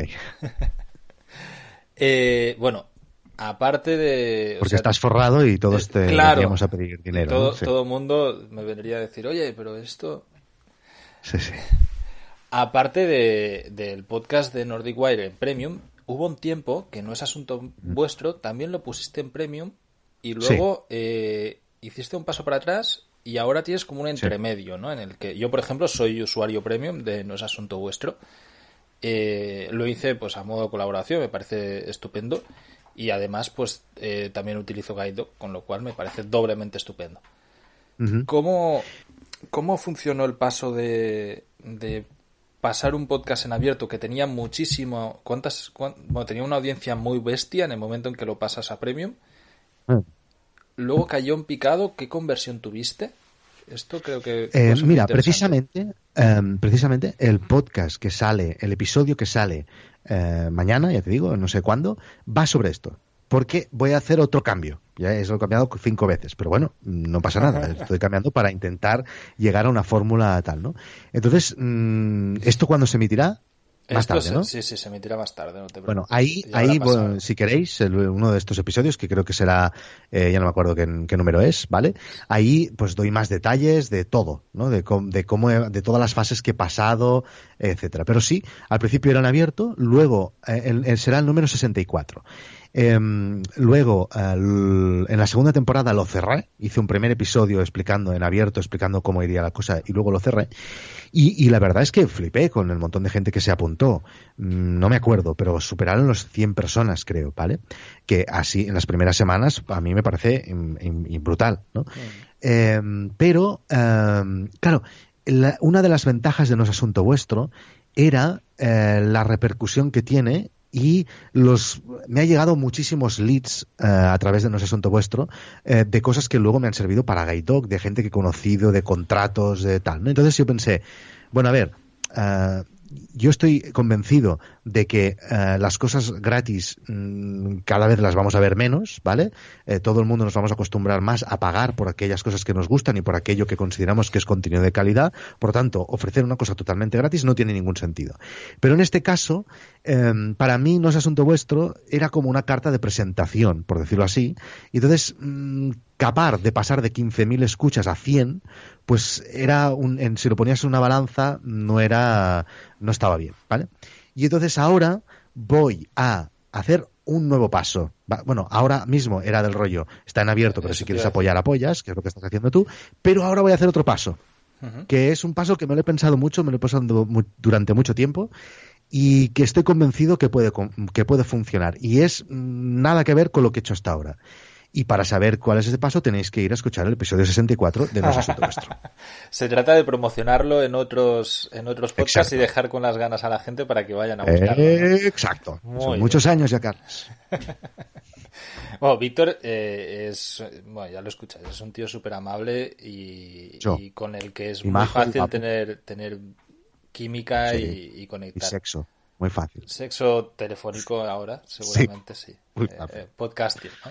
Bueno, aparte de... Porque estás forrado y todos te vendríamos a pedir dinero. Todo el mundo me vendría a decir, oye, pero esto... Sí. Aparte del podcast de Nordic Wire en Premium, hubo un tiempo que no es asunto vuestro, también lo pusiste en Premium y luego hiciste un paso para atrás y ahora tienes como un entremedio, ¿no? En el que yo, por ejemplo, soy usuario Premium de No es asunto vuestro. Lo hice pues a modo de colaboración, me parece estupendo y además pues también utilizo Guide, con lo cual me parece doblemente estupendo. Uh-huh. ¿Cómo funcionó el paso de pasar un podcast en abierto que tenía muchísimo... tenía una audiencia muy bestia en el momento en que lo pasas a Premium? Luego cayó en picado. ¿Qué conversión tuviste? Esto creo que... mira, precisamente el podcast que sale, el episodio que sale mañana, ya te digo, no sé cuándo, va sobre esto. Porque voy a hacer otro cambio. Ya eso lo he cambiado 5 veces, pero bueno, no pasa nada. Estoy cambiando para intentar llegar a una fórmula tal, ¿no? Entonces, ¿esto cuándo se emitirá? Más tarde, ¿no? Sí, se emitirá más tarde, no te preocupes. Bueno, ahí bueno, si queréis, uno de estos episodios, que creo que será, ya no me acuerdo qué número es, ¿vale? Ahí pues doy más detalles de todo, ¿no? De todas las fases que he pasado, etcétera. Pero sí, al principio era en abierto, luego será el número 64. Luego, en la segunda temporada lo cerré, hice un primer episodio explicando cómo iría la cosa y luego lo cerré. Y la verdad es que flipé con el montón de gente que se apuntó. No me acuerdo, pero superaron los 100 personas, creo, ¿vale? Que así, en las primeras semanas, a mí me parece brutal, ¿no? Pero, claro, una de las ventajas de No es asunto vuestro era la repercusión que tiene. Y me ha llegado muchísimos leads a través de No es asunto vuestro de cosas que luego me han servido para Guide Dog, de gente que he conocido, de contratos, de tal, ¿no? Entonces yo pensé, bueno, a ver, yo estoy convencido de que las cosas gratis cada vez las vamos a ver menos, ¿vale? Todo el mundo nos vamos a acostumbrar más a pagar por aquellas cosas que nos gustan y por aquello que consideramos que es contenido de calidad. Por lo tanto, ofrecer una cosa totalmente gratis no tiene ningún sentido. Pero en este caso, para mí No es asunto vuestro era como una carta de presentación, por decirlo así. Y entonces, capaz de pasar de 15.000 escuchas a 100, pues era si lo ponías en una balanza, no estaba bien, ¿vale? Y entonces ahora voy a hacer un nuevo paso. Bueno, ahora mismo era del rollo, está en abierto, pero si quieres apoyar, apoyas, que es lo que estás haciendo tú. Pero ahora voy a hacer otro paso, que es un paso que me lo he pensado mucho, me lo he pensado durante mucho tiempo y que estoy convencido que puede funcionar. Y es nada que ver con lo que he hecho hasta ahora. Y para saber cuál es ese paso tenéis que ir a escuchar el episodio 64 de No es asunto vuestro. Se trata de promocionarlo en otros podcasts. Exacto. Y dejar con las ganas a la gente para que vayan a buscarlo, ¿no? Exacto. Son muchos años ya, Carlos. Bueno, Víctor ya lo escucháis, es un tío súper amable y con el que es muy fácil tener química y conectar. Y sexo, muy fácil. Sexo telefónico ahora, seguramente sí. Podcasting, ¿no?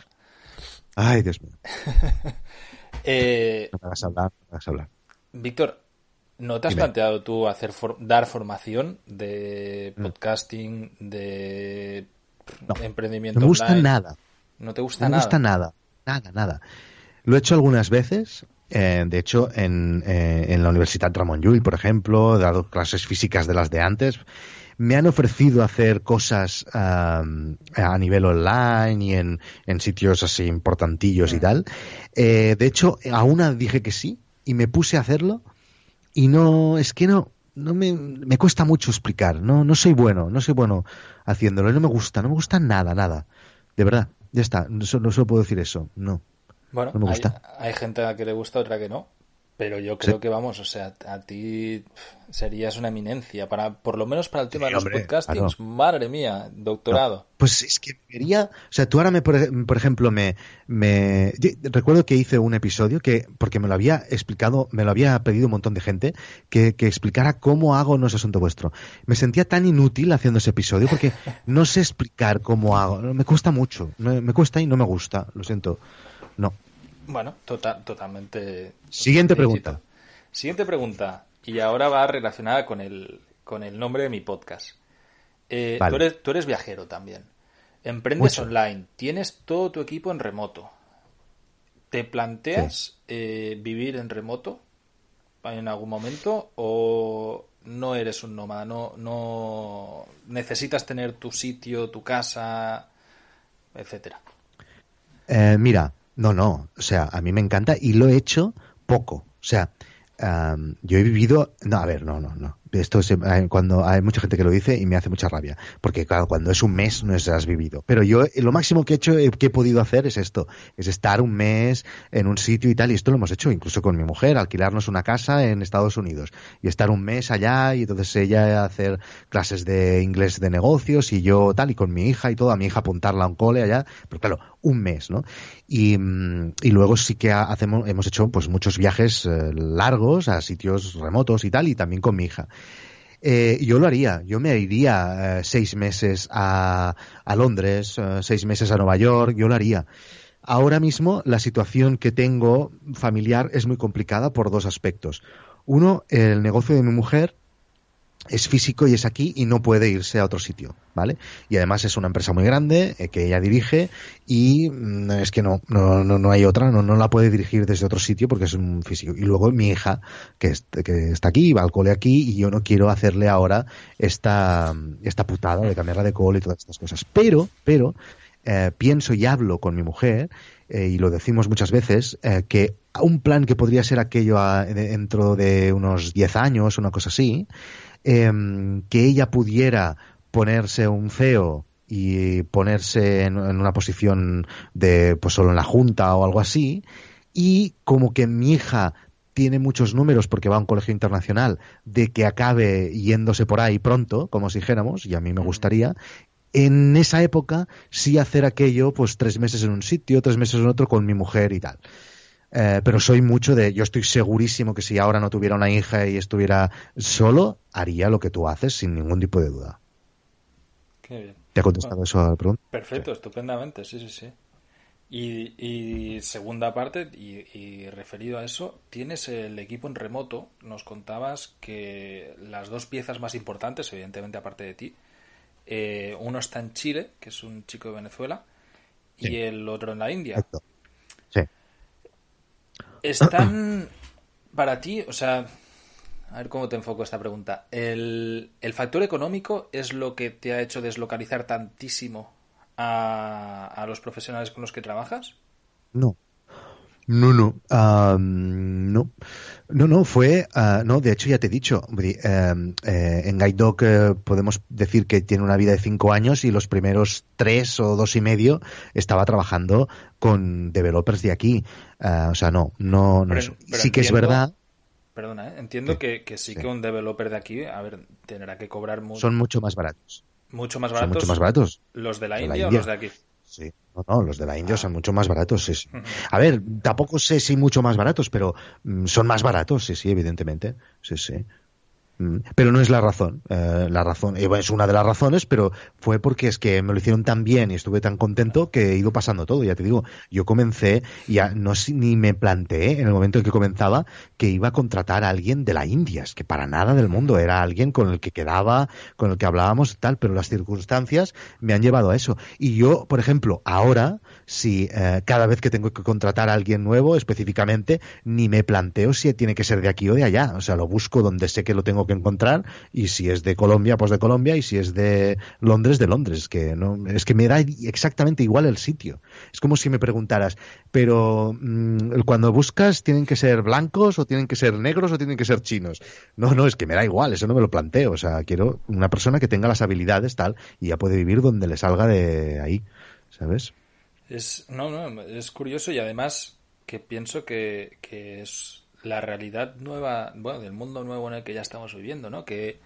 Ay, Dios mío. No me hagas hablar. Víctor, ¿No te has Dime. planteado tú dar formación de podcasting, de No emprendimiento me gusta online? nada. ¿No te No gusta me nada? gusta nada. Nada. Lo he hecho algunas veces. De hecho, en la Universidad Ramon Llull, por ejemplo, he dado clases físicas de las de antes. Me han ofrecido hacer cosas a nivel online y en sitios así importantillos y tal. De hecho, a una dije que sí y me puse a hacerlo y no me cuesta mucho explicar. No soy bueno haciéndolo. No me gusta nada. De verdad, ya está. No solo puedo decir eso. No Bueno, me hay, gusta. hay gente a la que le gusta, otra que no. Pero yo Sí. creo que, vamos, o sea, a ti serías una eminencia. Por lo menos para el tema de los Hombre, podcastings, claro. madre mía, No. doctorado. Pues es que quería, o sea, tú ahora por ejemplo, yo recuerdo que hice un episodio porque me lo había explicado, me lo había pedido un montón de gente, que explicara cómo hago No es asunto vuestro. Me sentía tan inútil haciendo ese episodio porque no sé explicar cómo hago, me cuesta mucho, me cuesta y no me gusta, lo siento, no. Bueno, totalmente. Siguiente lícito. pregunta. Siguiente pregunta. Y ahora va relacionada con el nombre de mi podcast. Vale. Tú eres viajero también. Emprendes Mucho. online. Tienes todo tu equipo en remoto. ¿Te planteas vivir en remoto en algún momento o no eres un nómada? No necesitas tener tu sitio, tu casa, etcétera. Mira, no, o sea, a mí me encanta y lo he hecho poco, o sea, yo he vivido, no, a ver, no, esto cuando hay mucha gente que lo dice y me hace mucha rabia, porque claro, cuando es un mes no has vivido, pero yo lo máximo que he hecho, que he podido hacer es esto, es estar un mes en un sitio y tal, y esto lo hemos hecho incluso con mi mujer, alquilarnos una casa en Estados Unidos y estar un mes allá y entonces ella hacer clases de inglés de negocios y yo tal, y con mi hija y todo, a mi hija apuntarla a un cole allá, pero claro, un mes, ¿no? Y luego sí que hemos hecho pues muchos viajes largos a sitios remotos y tal, y también con mi hija. Yo lo haría, yo me iría 6 meses a Londres, 6 meses a Nueva York, yo lo haría. Ahora mismo la situación que tengo familiar es muy complicada por dos aspectos. Uno, el negocio de mi mujer es físico y es aquí y no puede irse a otro sitio, ¿vale? Y además es una empresa muy grande que ella dirige y es que no hay otra, no la puede dirigir desde otro sitio porque es un físico. Y luego mi hija, que está aquí, va al cole aquí y yo no quiero hacerle ahora esta putada de cambiarla de cole y todas estas cosas. Pero pienso y hablo con mi mujer y lo decimos muchas veces, que un plan que podría ser aquello dentro de unos 10 años, una cosa así, que ella pudiera ponerse un CEO y ponerse en una posición de pues solo en la junta o algo así, y como que mi hija tiene muchos números porque va a un colegio internacional, de que acabe yéndose por ahí pronto, como si dijéramos, y a mí me gustaría, en esa época sí hacer aquello, pues 3 meses en un sitio, 3 meses en otro con mi mujer y tal. Pero soy mucho yo estoy segurísimo que si ahora no tuviera una hija y estuviera solo, haría lo que tú haces sin ningún tipo de duda. Qué bien. ¿Te ha contestado eso a la pregunta? Perfecto, estupendamente, sí. Y segunda parte, y referido a eso, tienes el equipo en remoto. Nos contabas que las dos piezas más importantes, evidentemente aparte de ti, uno está en Chile, que es un chico de Venezuela, Sí. y el otro en la India. Exacto. Sí. ¿Están para ti, o sea, a ver cómo te enfoco esta pregunta? ¿El factor económico es lo que te ha hecho deslocalizar tantísimo a los profesionales con los que trabajas? No. Fue, no, de hecho ya te he dicho, en Guide Dog podemos decir que tiene una vida de 5 años y los primeros 3 o 2 y medio estaba trabajando con developers de aquí, o sea, no Pero eso. Sí que es entiendo, verdad. Perdona, entiendo Sí, que sí sí. que un developer de aquí, a ver, tendrá que cobrar Son mucho más baratos. mucho más Son mucho baratos más baratos. los de la De la India o India. los de aquí. Sí, no, los de la India son mucho más baratos, sí. Ujú. A ver, tampoco sé si mucho más baratos, pero son más baratos, sí, evidentemente. Sí. Pero no es la razón. La razón es una de las razones, pero fue porque es que me lo hicieron tan bien y estuve tan contento que he ido pasando todo. Ya te digo, yo comencé, ya ni me planteé en el momento en que comenzaba que iba a contratar a alguien de la India. Es que para nada del mundo. Era alguien con el que quedaba, con el que hablábamos y tal, pero las circunstancias me han llevado a eso. Y yo, por ejemplo, ahora, si cada vez que tengo que contratar a alguien nuevo, específicamente, ni me planteo si tiene que ser de aquí o de allá. O sea, lo busco donde sé que lo tengo que encontrar, y si es de Colombia, pues de Colombia, y si es de Londres, que no, es que me da exactamente igual el sitio. Es como si me preguntaras, pero cuando buscas, ¿tienen que ser blancos o tienen que ser negros o tienen que ser chinos? No, es que me da igual, eso no me lo planteo. O sea, quiero una persona que tenga las habilidades tal, y ya puede vivir donde le salga de ahí, ¿sabes? Es curioso, y además que pienso que es la realidad nueva, bueno, del mundo nuevo en el que ya estamos viviendo, ¿no? Que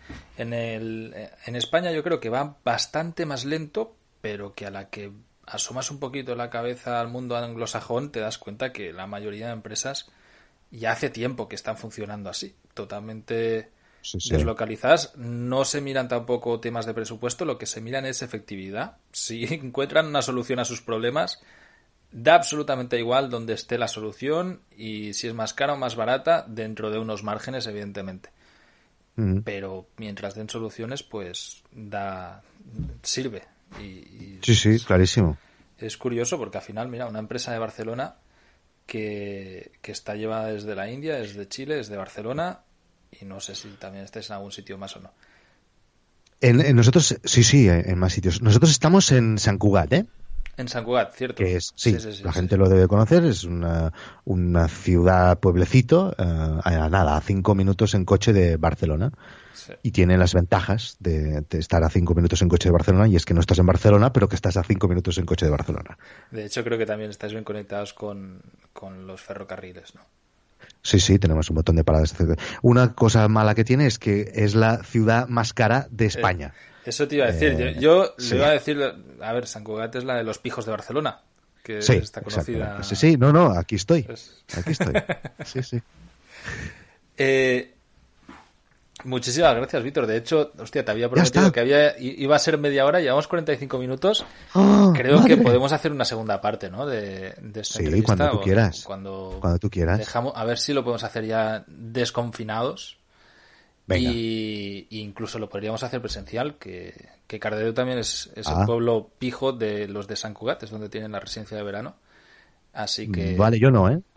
en España yo creo que va bastante más lento, pero que a la que asomas un poquito la cabeza al mundo anglosajón te das cuenta que la mayoría de empresas ya hace tiempo que están funcionando así, totalmente Sí. deslocalizadas. No se miran tampoco temas de presupuesto, lo que se miran es efectividad. Si encuentran una solución a sus problemas, da absolutamente igual dónde esté la solución y si es más cara o más barata, dentro de unos márgenes, evidentemente. Pero mientras den soluciones, pues sirve. Sí, clarísimo. Es curioso porque al final, mira, una empresa de Barcelona que está llevada desde la India, desde Chile, desde Barcelona, y no sé si también estáis en algún sitio más o no. En nosotros, sí, en más sitios. Nosotros estamos en Sant Cugat, ¿eh? En Sant Cugat, ¿cierto? Que es, sí, la gente lo debe conocer, es una ciudad, pueblecito, a 5 minutos en coche de Barcelona. Sí. Y tiene las ventajas de estar a 5 minutos en coche de Barcelona, y es que no estás en Barcelona, pero que estás a 5 minutos en coche de Barcelona. De hecho, creo que también estáis bien conectados con los ferrocarriles, ¿no? Sí, tenemos un montón de paradas. Una cosa mala que tiene es que es la ciudad más cara de España. Eso te iba a decir. Yo le iba a decir, a ver, Sant Cugat es la de los pijos de Barcelona, que está conocida. Sí, no, aquí estoy. Aquí estoy. Sí. Muchísimas gracias, Víctor. De hecho, hostia, te había prometido que iba a ser media hora, llevamos 45 minutos. Creo que podemos hacer una segunda parte, ¿no? De esta entrevista. Cuando tú quieras. Cuando tú quieras. A ver si lo podemos hacer ya desconfinados. Venga. Y incluso lo podríamos hacer presencial, que Cardedeu también es el pueblo pijo de los de Sant Cugat, es donde tienen la residencia de verano. Así que... Vale, yo no, ¿eh?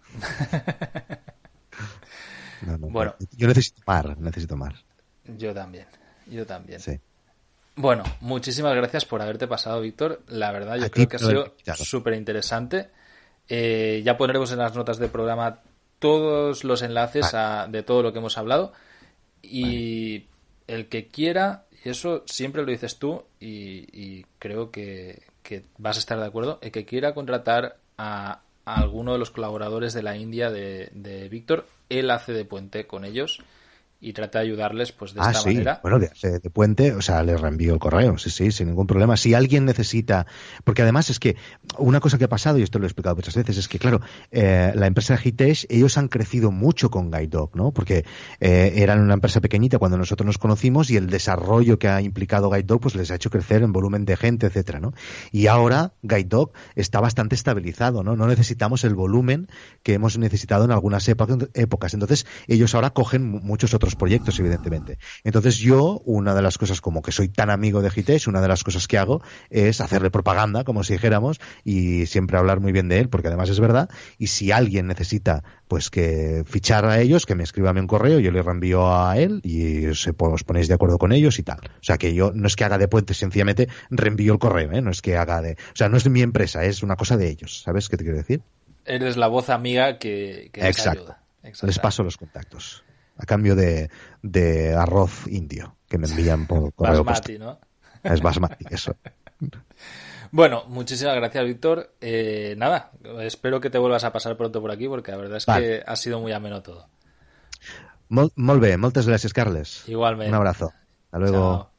No. Bueno. Yo necesito mar. Yo también. Sí. Bueno, muchísimas gracias por haberte pasado, Víctor. La verdad, yo creo que ha sido súper interesante. Ya pondremos en las notas del programa todos los enlaces de todo lo que hemos hablado. Y el que quiera, y eso siempre lo dices tú, y creo que vas a estar de acuerdo, el que quiera contratar a alguno de los colaboradores de la India de Víctor, él hace de puente con ellos y trata de ayudarles pues de esta manera. Bueno, de puente, o sea, les reenvío el correo, sí, sin ningún problema. Si alguien necesita, porque además es que una cosa que ha pasado, y esto lo he explicado muchas veces, es que claro, la empresa Hitesh, ellos han crecido mucho con Guide Dog, ¿no? Porque eran una empresa pequeñita cuando nosotros nos conocimos, y el desarrollo que ha implicado Guide Dog pues les ha hecho crecer en volumen de gente, etcétera, ¿no? Y ahora Guide Dog está bastante estabilizado, ¿no? No necesitamos el volumen que hemos necesitado en algunas épocas. Entonces, ellos ahora cogen muchos otros proyectos, evidentemente. Entonces yo, una de las cosas, como que soy tan amigo de Hitesh, una de las cosas que hago es hacerle propaganda, como si dijéramos, y siempre hablar muy bien de él, porque además es verdad. Y si alguien necesita pues que fichar a ellos, que me escriba a mí un correo, yo le reenvío a él y os ponéis de acuerdo con ellos y tal. O sea, que yo no es que haga de puente, sencillamente reenvío el correo, no es que haga de... O sea, no es de mi empresa, es una cosa de ellos. ¿Sabes qué te quiero decir? Eres la voz amiga que les ayuda. Exacto. Les paso los contactos a cambio de arroz indio que me envían por correo basmati, ¿no? Es basmati, eso. Bueno, muchísimas gracias, Víctor. Nada, espero que te vuelvas a pasar pronto por aquí, porque la verdad es que ha sido muy ameno todo. Molt bé, moltes gràcies, Carles. Igualment. Un abrazo. Hasta luego. Chao.